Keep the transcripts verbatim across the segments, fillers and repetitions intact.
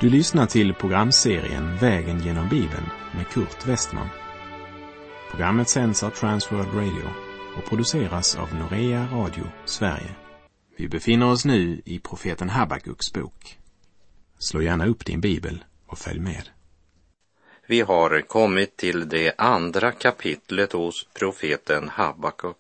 Du lyssnar till programserien Vägen genom Bibeln med Kurt Westman. Programmet sänds av Transworld Radio och produceras av Norea Radio Sverige. Vi befinner oss nu i profeten Habakuks bok. Slå gärna upp din bibel och följ med. Vi har kommit till det andra kapitlet hos profeten Habakuk.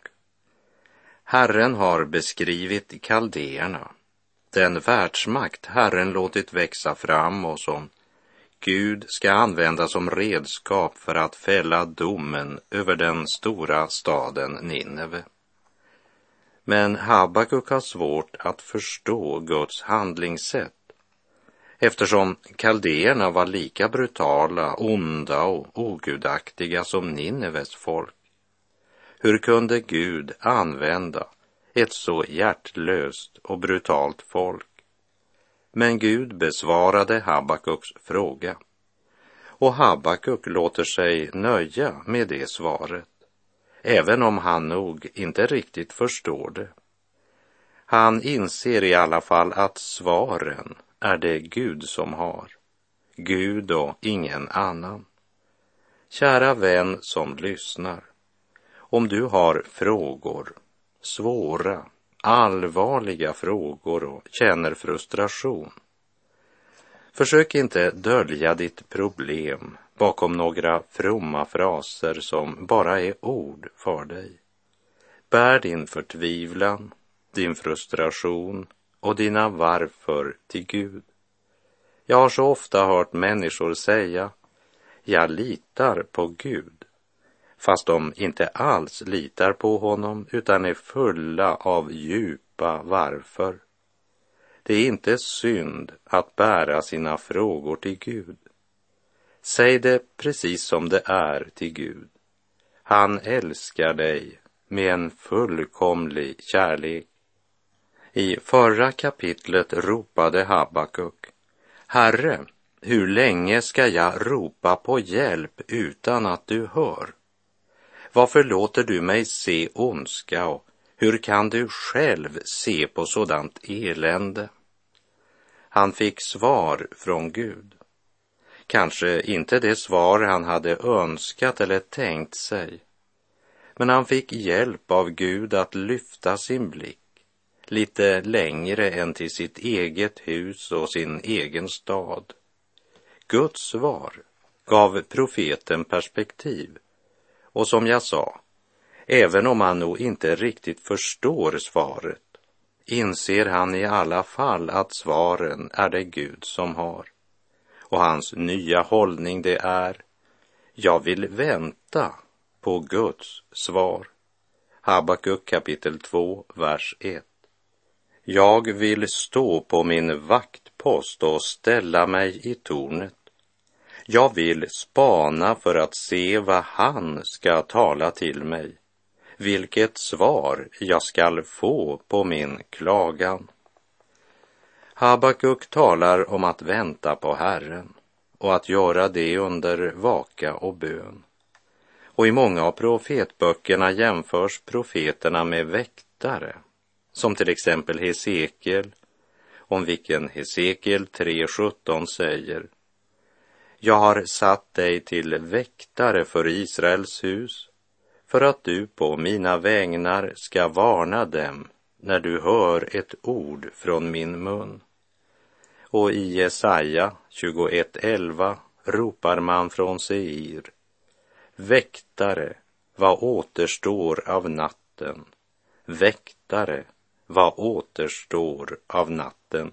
Herren har beskrivit kaldéerna, den världsmakt Herren låtit växa fram och som Gud ska använda som redskap för att fälla domen över den stora staden Nineve. Men Habakuk har svårt att förstå Guds handlingssätt, eftersom kaldéerna var lika brutala, onda och ogudaktiga som Nineves folk. Hur kunde Gud använda ett så hjärtlöst och brutalt folk? Men Gud besvarade Habakuks fråga, och Habakuk låter sig nöja med det svaret, även om han nog inte riktigt förstår det. Han inser i alla fall att svaren är det Gud som har, Gud och ingen annan. Kära vän som lyssnar, om du har frågor, svåra, allvarliga frågor och känner frustration, försök inte dölja ditt problem bakom några fromma fraser som bara är ord för dig. Bär din förtvivlan, din frustration och dina varför till Gud. Jag har så ofta hört människor säga, jag litar på Gud, fast de inte alls litar på honom utan är fulla av djupa varför. Det är inte synd att bära sina frågor till Gud. Säg det precis som det är till Gud. Han älskar dig med en fullkomlig kärlek. I förra kapitlet ropade Habakuk, Herre, hur länge ska jag ropa på hjälp utan att du hör? Varför låter du mig se ondska och hur kan du själv se på sådant elände? Han fick svar från Gud. Kanske inte det svar han hade önskat eller tänkt sig, men han fick hjälp av Gud att lyfta sin blick lite längre än till sitt eget hus och sin egen stad. Guds svar gav profeten perspektiv. Och som jag sa, även om han nog inte riktigt förstår svaret, inser han i alla fall att svaren är det Gud som har. Och hans nya hållning det är, jag vill vänta på Guds svar. Habakuk kapitel två, vers ett. Jag vill stå på min vaktpost och ställa mig i tornet. Jag vill spana för att se vad han ska tala till mig, vilket svar jag skall få på min klagan. Habakuk talar om att vänta på Herren och att göra det under vaka och bön. Och i många av profetböckerna jämförs profeterna med väktare, som till exempel Hesekiel, om vilken Hesekiel tre sjutton säger, jag har satt dig till väktare för Israels hus, för att du på mina vägnar ska varna dem när du hör ett ord från min mun. Och i Jesaja tjugoett elva ropar man från Seir, väktare, vad återstår av natten? Väktare, vad återstår av natten?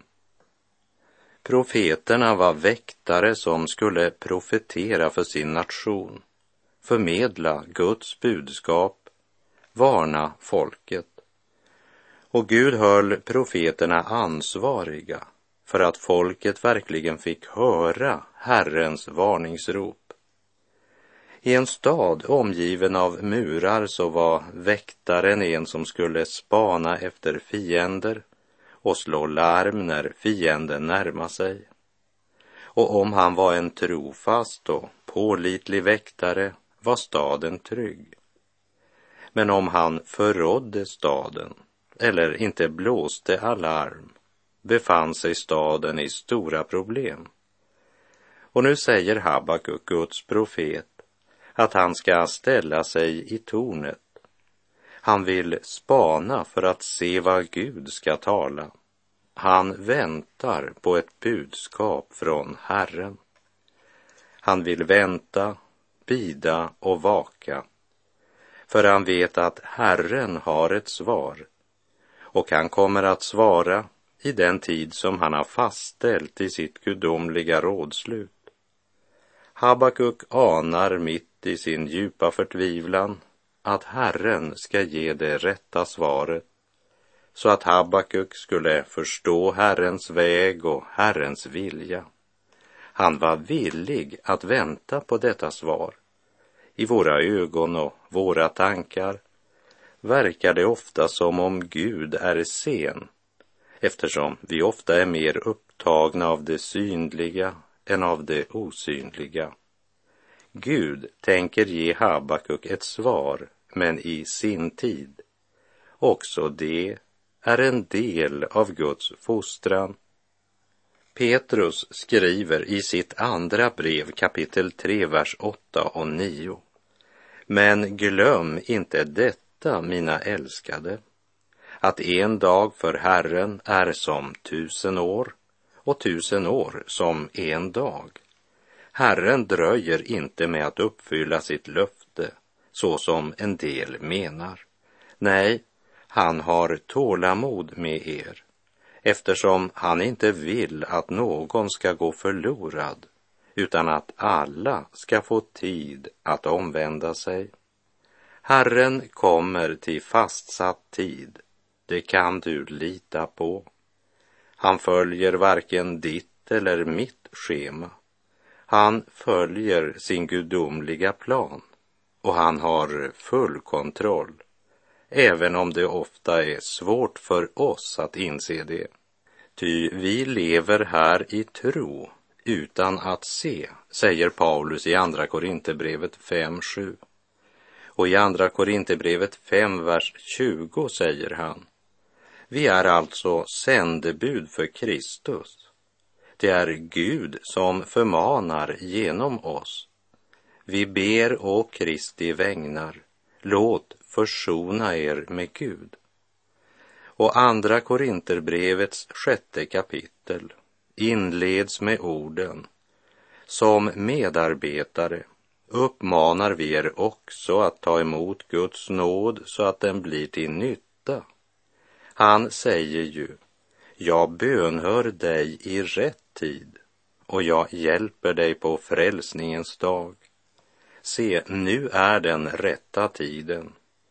Profeterna var väktare som skulle profetera för sin nation, förmedla Guds budskap, varna folket. Och Gud höll profeterna ansvariga för att folket verkligen fick höra Herrens varningsrop. I en stad omgiven av murar så var väktaren en som skulle spana efter fiender och slå larm när fienden närmar sig. Och om han var en trofast och pålitlig väktare var staden trygg. Men om han förrådde staden eller inte blåste alarm befann sig staden i stora problem, Och nu säger Habakuk, Guds profet, att han ska ställa sig i tornet. Han vill spana för att se vad Gud ska tala. Han väntar på ett budskap från Herren. Han vill vänta, bida och vaka, för han vet att Herren har ett svar, och han kommer att svara i den tid som han har fastställt i sitt gudomliga rådslut. Habakuk anar mitt i sin djupa förtvivlan att Herren ska ge det rätta svaret, så att Habakuk skulle förstå Herrens väg och Herrens vilja. Han var villig att vänta på detta svar. I våra ögon och våra tankar verkar det ofta som om Gud är sen, eftersom vi ofta är mer upptagna av det synliga än av det osynliga. Gud tänker ge Habakuk ett svar, men i sin tid. Också det är en del av Guds fostran. Petrus skriver i sitt andra brev, kapitel tre, vers åtta och nio. Men glöm inte detta, mina älskade, att en dag för Herren är som tusen år, och tusen år som en dag. Herren dröjer inte med att uppfylla sitt löfte, så som en del menar. Nej, han har tålamod med er, eftersom han inte vill att någon ska gå förlorad, utan att alla ska få tid att omvända sig. Herren kommer till fastsatt tid, det kan du lita på. Han följer varken ditt eller mitt schema. Han följer sin gudomliga plan, och han har full kontroll, även om det ofta är svårt för oss att inse det. Ty vi lever här i tro utan att se, säger Paulus i andra Korinthierbrevet fem sju. Och i andra Korinthierbrevet fem, vers tjugo säger han: vi är alltså sändebud för Kristus. Det är Gud som förmanar genom oss. Vi ber å Kristi vägnar, låt försona er med Gud. Och andra Korinthierbrevets sjätte kapitel inleds med orden: som medarbetare uppmanar vi er också att ta emot Guds nåd så att den blir till nytta. Han säger ju: jag bönhör dig i rätt tid, och jag hjälper dig på frälsningens dag. Se, nu är den rätta tiden.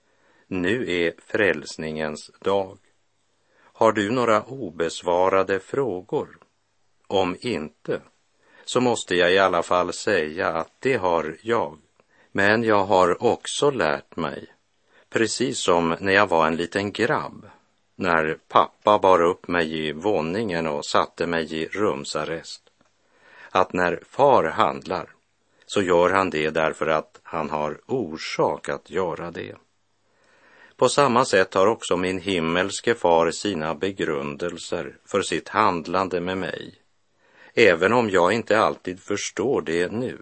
Nu är frälsningens dag. Har du några obesvarade frågor? Om inte, så måste jag i alla fall säga att det har jag. Men jag har också lärt mig, precis som när jag var en liten grabb, när pappa bar upp mig i våningen och satte mig i rumsarrest, att när far handlar så gör han det därför att han har orsak att göra det. På samma sätt har också min himmelske far sina begrundelser för sitt handlande med mig, även om jag inte alltid förstår det nu.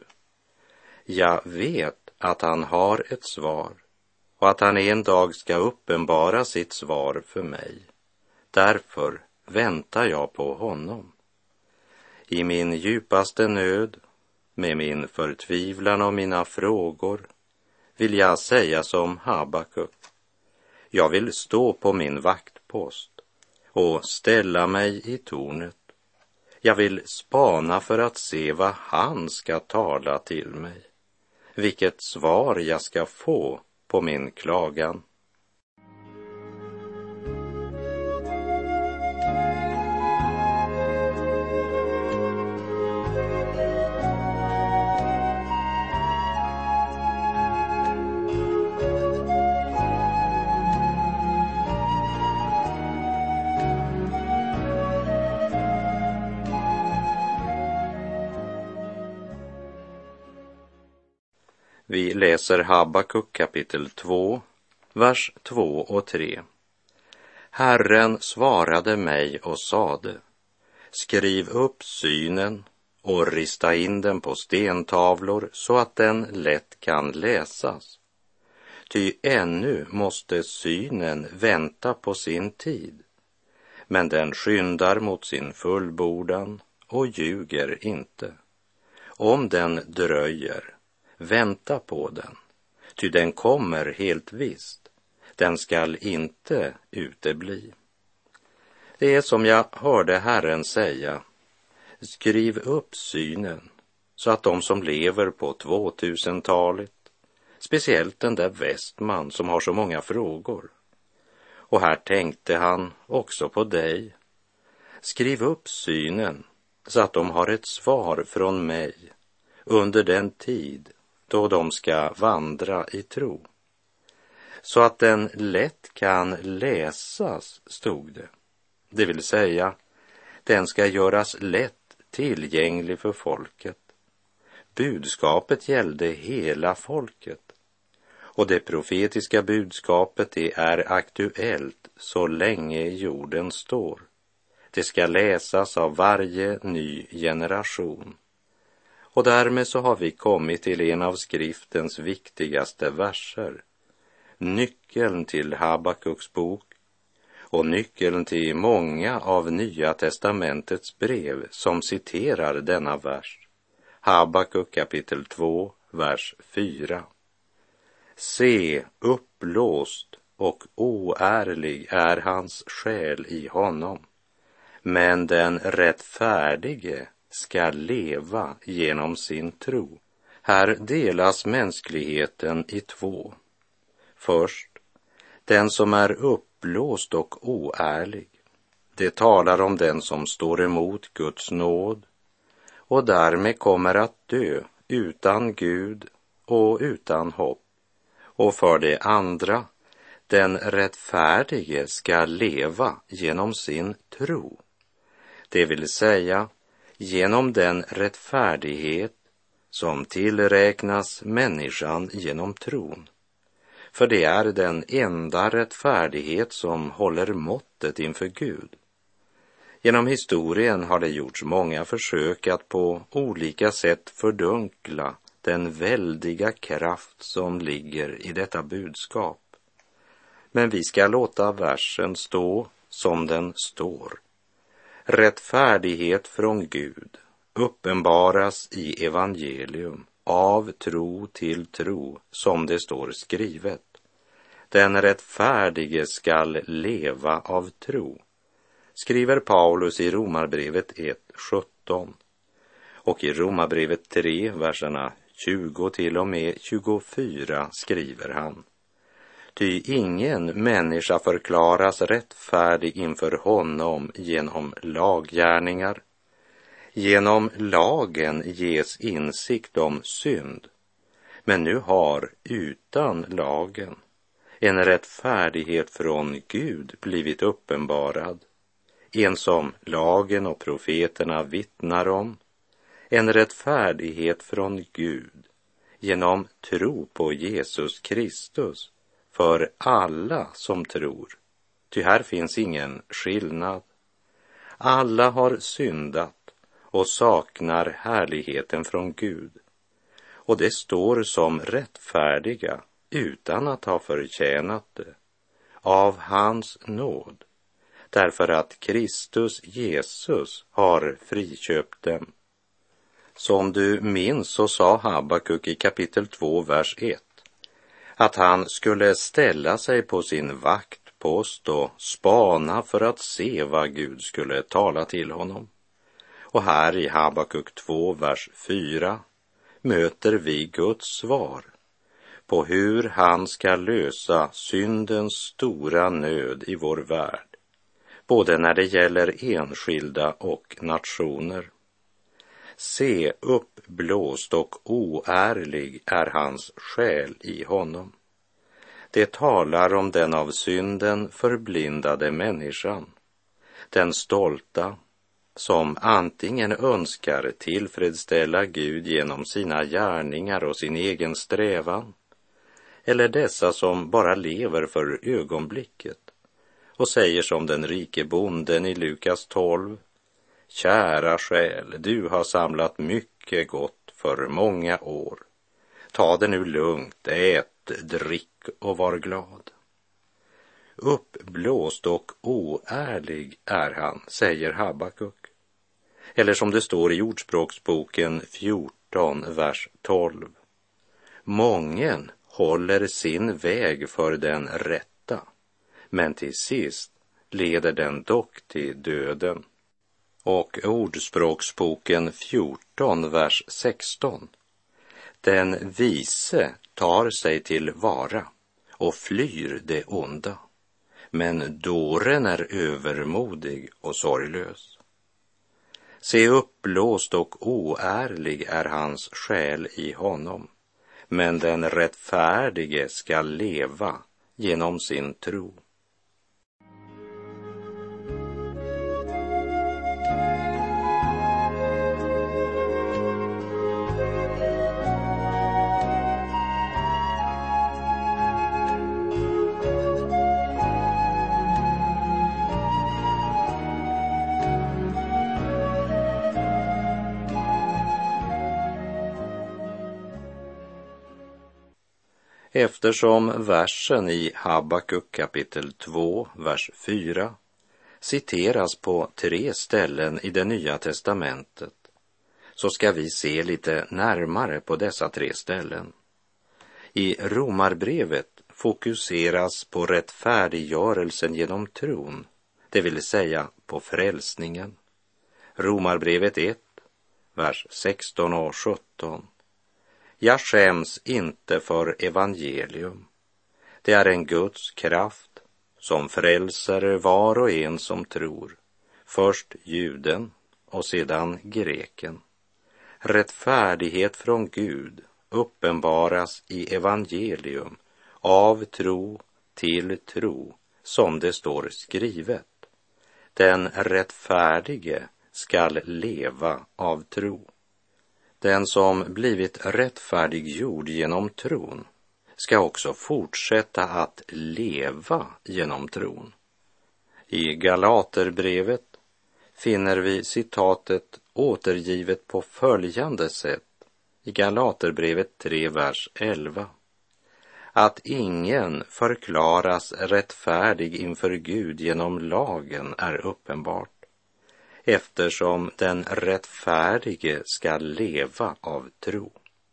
Jag vet att han har ett svar, och att han en dag ska uppenbara sitt svar för mig. Därför väntar jag på honom. I min djupaste nöd, med min förtvivlan och mina frågor, vill jag säga som Habakuk: jag vill stå på min vaktpost och ställa mig i tornet. Jag vill spana för att se vad han ska tala till mig, vilket svar jag ska få på min klagan. Vi läser Habakuk kapitel två, vers två och tre. Herren svarade mig och sade: skriv upp synen och rista in den på stentavlor så att den lätt kan läsas. Ty ännu måste synen vänta på sin tid, men den skyndar mot sin fullbordan och ljuger inte. Om den dröjer, vänta på den, ty den kommer helt visst, den skall inte utebli. Det är som jag hörde Herren säga, skriv upp synen så att de som lever på tvåtusentalet, speciellt den där Westman som har så många frågor. Och här tänkte han också på dig. Skriv upp synen så att de har ett svar från mig under den tid då de ska vandra i tro. Så att den lätt kan läsas, stod det. Det vill säga, den ska göras lätt tillgänglig för folket. Budskapet gällde hela folket. Och det profetiska budskapet det är aktuellt så länge jorden står. Det ska läsas av varje ny generation. Och därmed så har vi kommit till en av skriftens viktigaste verser. Nyckeln till Habakuks bok och nyckeln till många av Nya testamentets brev som citerar denna vers. Habakuk kapitel två, vers fyra. Se, uppblåst och oärlig är hans själ i honom, men den rättfärdige ska leva genom sin tro. Här delas mänskligheten i två. Först, den som är uppblåst och oärlig. Det talar om den som står emot Guds nåd och därmed kommer att dö utan Gud och utan hopp. Och för det andra, den rättfärdige ska leva genom sin tro. Det vill säga, genom den rättfärdighet som tillräknas människan genom tron. För det är den enda rättfärdighet som håller måttet inför Gud. Genom historien har det gjorts många försök att på olika sätt fördunkla den väldiga kraft som ligger i detta budskap. Men vi ska låta versen stå som den står. Rättfärdighet från Gud uppenbaras i evangelium av tro till tro, som det står skrivet. Den rättfärdige skall leva av tro, skriver Paulus i Romarbrevet ett sjutton. Och i Romarbrevet tre, verserna tjugo till och med tjugofyra skriver han. Ty ingen människa förklaras rättfärdig inför honom genom laggärningar. Genom lagen ges insikt om synd, men nu har utan lagen en rättfärdighet från Gud blivit uppenbarad, en som lagen och profeterna vittnar om, en rättfärdighet från Gud genom tro på Jesus Kristus för alla som tror. Ty här finns ingen skillnad. Alla har syndat och saknar härligheten från Gud. Och det står som rättfärdiga utan att ha förtjänat det, av hans nåd, därför att Kristus Jesus har friköpt dem. Som du minns så sa Habakuk i kapitel två, vers ett, att han skulle ställa sig på sin vaktpost och spana för att se vad Gud skulle tala till honom. Och här i Habakuk två, vers fyra möter vi Guds svar på hur han ska lösa syndens stora nöd i vår värld, både när det gäller enskilda och nationer. Se, uppblåst och oärlig är hans själ i honom. Det talar om den av synden förblindade människan, den stolta, som antingen önskar tillfredsställa Gud genom sina gärningar och sin egen strävan, eller dessa som bara lever för ögonblicket och säger som den rike bonden i Lukas tolv, kära själ, du har samlat mycket gott för många år. Ta det nu lugnt, ät, drick och var glad. Uppblåst och oärlig är han, säger Habakuk. Eller som det står i Ordspråksboken fjorton, vers tolv. Mången håller sin väg för den rätta, men till sist leder den dock till döden. Och Ordspråksboken fjorton, vers sexton. Den vise tar sig till vara och flyr det onda, men dåren är övermodig och sorglös. Se, uppblåst och oärlig är hans själ i honom, men den rättfärdige ska leva genom sin tro. Eftersom versen i Habakuk kapitel två, vers fyra citeras på tre ställen i det nya testamentet, så ska vi se lite närmare på dessa tre ställen. I Romarbrevet fokuseras på rättfärdiggörelsen genom tron, det vill säga på frälsningen. Romarbrevet ett, vers sexton och sjutton. Jag skäms inte för evangelium. Det är en Guds kraft som frälser var och en som tror, först juden och sedan greken. Rättfärdighet från Gud uppenbaras i evangelium, av tro till tro, som det står skrivet. Den rättfärdige skall leva av tro. Den som blivit rättfärdiggjord genom tron ska också fortsätta att leva genom tron. I Galaterbrevet finner vi citatet återgivet på följande sätt i Galaterbrevet tre, vers elva. Att ingen förklaras rättfärdig inför Gud genom lagen är uppenbart, eftersom den rättfärdige ska leva av tro.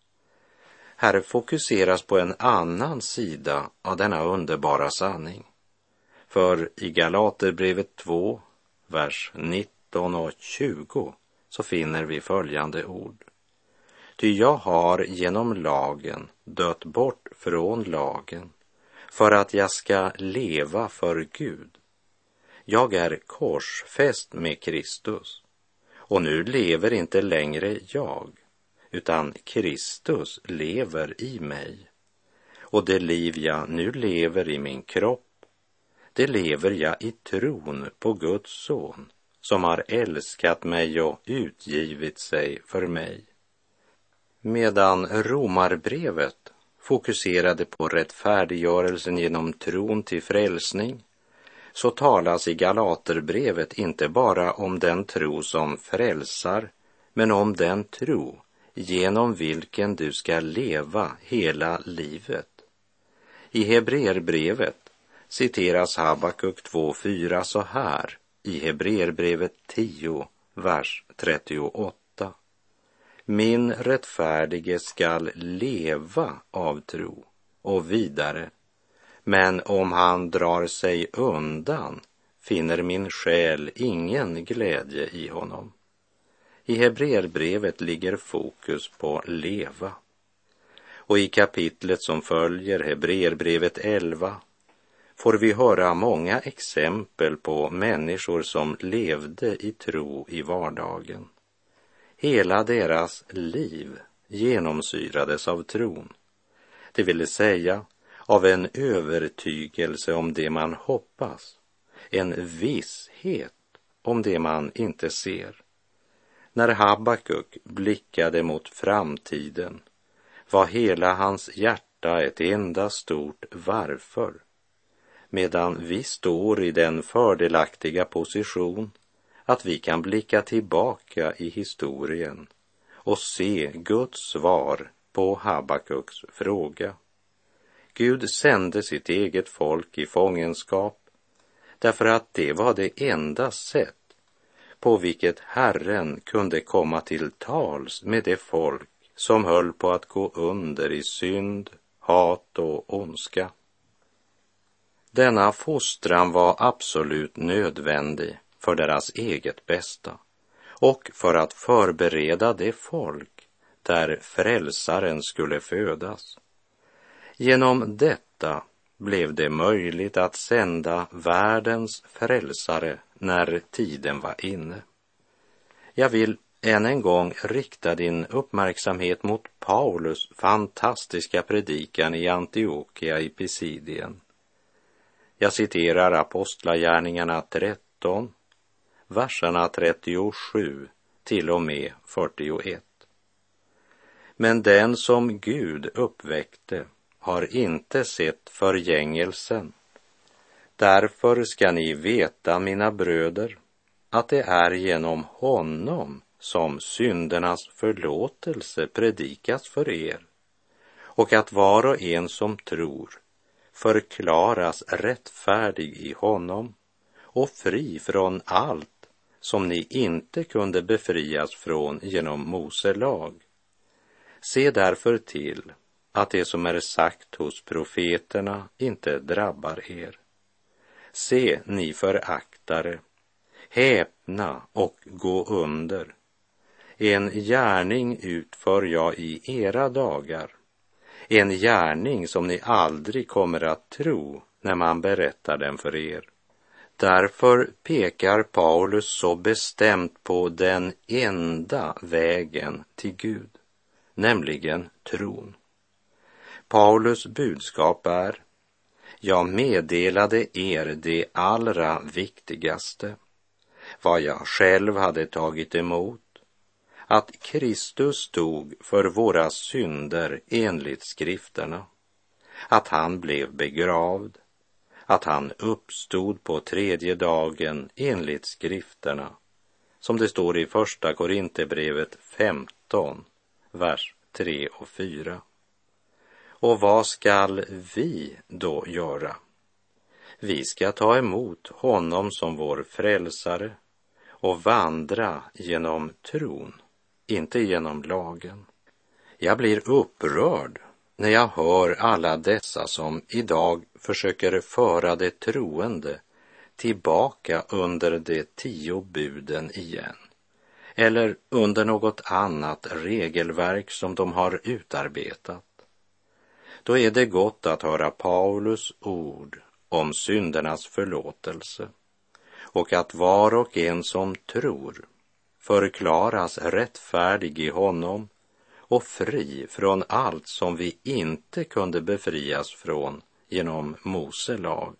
Här fokuseras på en annan sida av denna underbara sanning. För i Galaterbrevet två, vers nitton och tjugo så finner vi följande ord. Ty jag har genom lagen dött bort från lagen för att jag ska leva för Gud. Jag är korsfäst med Kristus, och nu lever inte längre jag, utan Kristus lever i mig. Och det liv jag nu lever i min kropp, det lever jag i tron på Guds son, som har älskat mig och utgivit sig för mig. Medan Romarbrevet fokuserade på rättfärdiggörelsen genom tron till frälsning, så talas i Galaterbrevet inte bara om den tro som frälsar, men om den tro genom vilken du ska leva hela livet. I Hebreerbrevet citeras Habakuk två fyra så här i Hebreerbrevet tio, vers trettioåtta. Min rättfärdige skall leva av tro, och vidare. Men om han drar sig undan finner min själ ingen glädje i honom. I Hebreerbrevet ligger fokus på leva. Och i kapitlet som följer, Hebreerbrevet elva, får vi höra många exempel på människor som levde i tro i vardagen. Hela deras liv genomsyrades av tron, det vill säga av en övertygelse om det man hoppas, en visshet om det man inte ser. När Habakuk blickade mot framtiden var hela hans hjärta ett enda stort varför, medan vi står i den fördelaktiga position att vi kan blicka tillbaka i historien och se Guds svar på Habakuks fråga. Gud sände sitt eget folk i fångenskap därför att det var det enda sätt på vilket Herren kunde komma till tals med det folk som höll på att gå under i synd, hat och ondska. Denna fostran var absolut nödvändig för deras eget bästa och för att förbereda det folk där frälsaren skulle födas. Genom detta blev det möjligt att sända världens frälsare när tiden var inne. Jag vill än en gång rikta din uppmärksamhet mot Paulus fantastiska predikan i Antiochia i Pisidien. Jag citerar Apostlagärningarna tretton, verserna trettiosju till och med fyrtioett. Men den som Gud uppväckte har inte sett förgängelsen. Därför ska ni veta, mina bröder, att det är genom honom som syndernas förlåtelse predikas för er, och att var och en som tror förklaras rättfärdig i honom och fri från allt som ni inte kunde befrias från genom Mose lag. Se därför till att det som är sagt hos profeterna inte drabbar er. Se, ni föraktare, häpna och gå under. En gärning utför jag i era dagar, en gärning som ni aldrig kommer att tro när man berättar den för er. Därför pekar Paulus så bestämt på den enda vägen till Gud, nämligen tron. Paulus budskap är: jag meddelade er det allra viktigaste, vad jag själv hade tagit emot, att Kristus dog för våra synder enligt skrifterna, att han blev begravd, att han uppstod på tredje dagen enligt skrifterna, som det står i första Korinthierbrevet femton, vers tre och fyra. Och vad skall vi då göra? Vi ska ta emot honom som vår frälsare och vandra genom tron, inte genom lagen. Jag blir upprörd när jag hör alla dessa som idag försöker föra det troende tillbaka under de tio buden igen, eller under något annat regelverk som de har utarbetat. Då är det gott att höra Paulus ord om syndernas förlåtelse och att var och en som tror förklaras rättfärdig i honom och fri från allt som vi inte kunde befrias från genom Mose lag.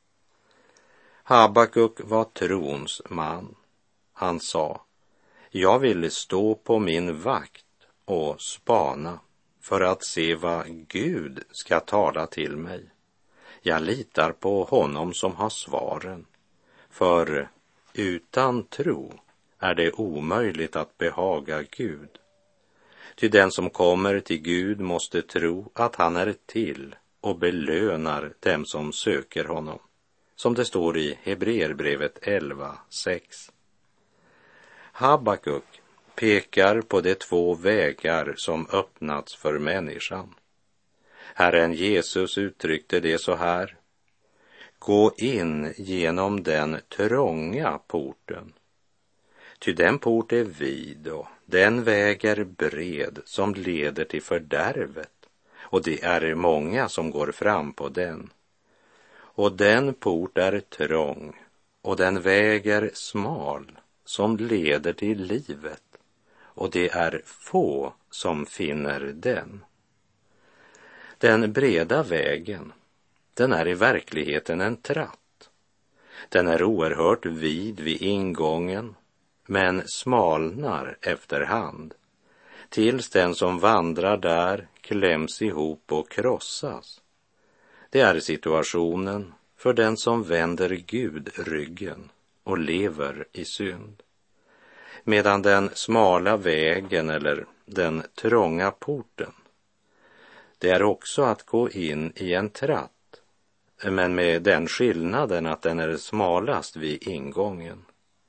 Habakuk var trons man. Han sa: jag vill stå på min vakt och spana för att se vad Gud ska tala till mig. Jag litar på honom som har svaren, för utan tro är det omöjligt att behaga Gud. Ty den som kommer till Gud måste tro att han är till och belönar dem som söker honom, som det står i Hebreerbrevet elva sex. Habakuk pekar på de två vägar som öppnats för människan. Herren Jesus uttryckte det så här: gå in genom den trånga porten. Ty den port är vid och den väg är bred som leder till fördärvet, och det är många som går fram på den. Och den port är trång och den väg är smal som leder till livet, och det är få som finner den. Den breda vägen, den är i verkligheten en tratt. Den är oerhört vid vid ingången, men smalnar efterhand, tills den som vandrar där kläms ihop och krossas. Det är situationen för den som vänder Gud ryggen och lever i synd. Medan den smala vägen eller den trånga porten, det är också att gå in i en tratt, men med den skillnaden att den är smalast vid ingången.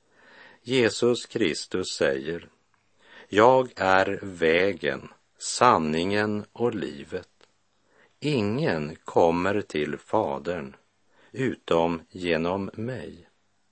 Jesus Kristus säger: jag är vägen, sanningen och livet. Ingen kommer till Fadern utom genom mig.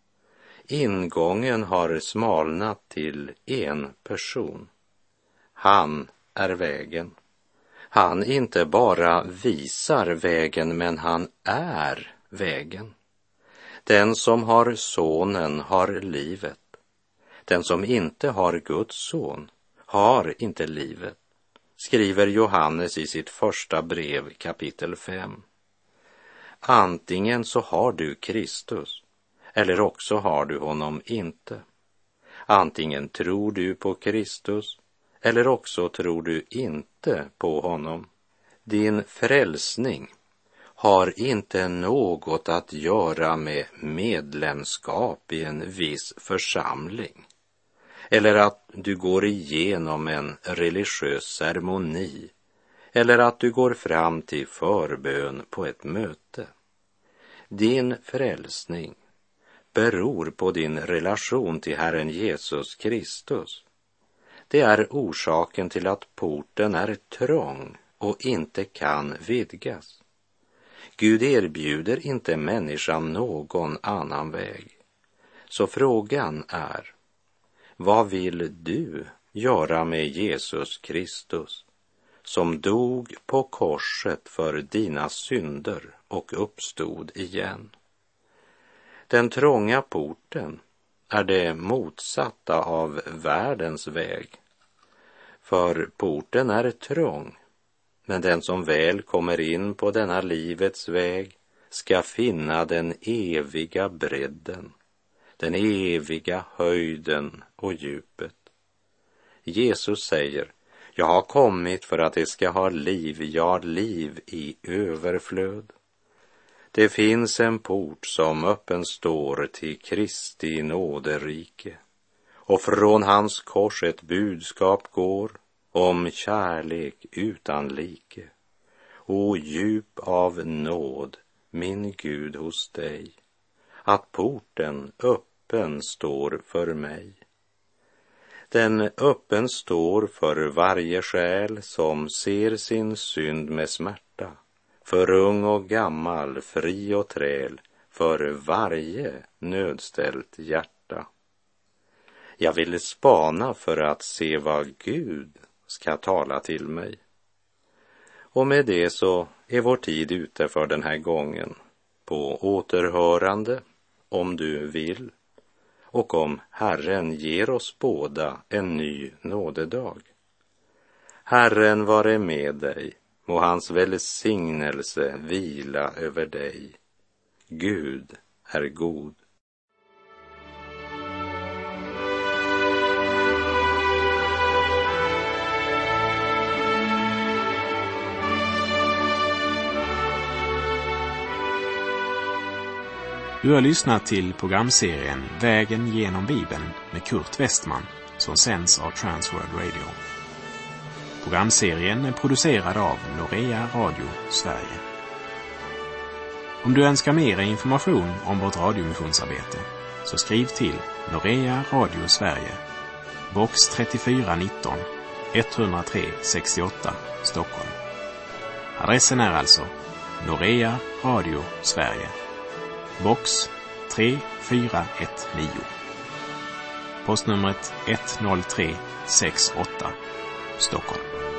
Ingången har smalnat till en person. Han är vägen. Han inte bara visar vägen, men han är vägen. Den som har sonen har livet. Den som inte har Guds son har inte livet, skriver Johannes i sitt första brev kapitel fem. Antingen så har du Kristus, eller också har du honom inte. Antingen tror du på Kristus, eller också tror du inte på honom. Din frälsning har inte något att göra med medlemskap i en viss församling, eller att du går igenom en religiös ceremoni, eller att du går fram till förbön på ett möte. Din frälsning beror på din relation till Herren Jesus Kristus. Det är orsaken till att porten är trång och inte kan vidgas. Gud erbjuder inte människan någon annan väg. Så frågan är: vad vill du göra med Jesus Kristus, som dog på korset för dina synder och uppstod igen? Den trånga porten är det motsatta av världens väg. För porten är trång, men den som väl kommer in på denna livets väg ska finna den eviga bredden, den eviga höjden och djupet. Jesus säger: jag har kommit för att det ska ha liv, ja, liv i överflöd. Det finns en port som öppen står till Kristi nåderike, och från hans kors ett budskap går om kärlek utan like. O djup av nåd, min Gud, hos dig, att porten öppen står för mig. Den öppen står för varje själ som ser sin synd med smärta, för ung och gammal, fri och träl, för varje nödställt hjärta. Jag vill spana för att se vad Gud ska tala till mig. Och med det så är vår tid ute för den här gången. På återhörande, om du vill, och om Herren ger oss båda en ny nådedag. Herren vare med dig, må hans välsignelse vila över dig. Gud är god. Du har lyssnat till programserien Vägen genom Bibeln med Kurt Westman, som sänds av Transworld Radio. Programserien är producerad av Norea Radio Sverige. Om du önskar mer information om vårt radiomissionsarbete, så skriv till Norea Radio Sverige, box trettiofyra nitton, etthundratre sextioåtta, Stockholm. Adressen är alltså Norea Radio Sverige, box tre fyra ett nio. Postnumret ett noll tre sex åtta, Stockholm.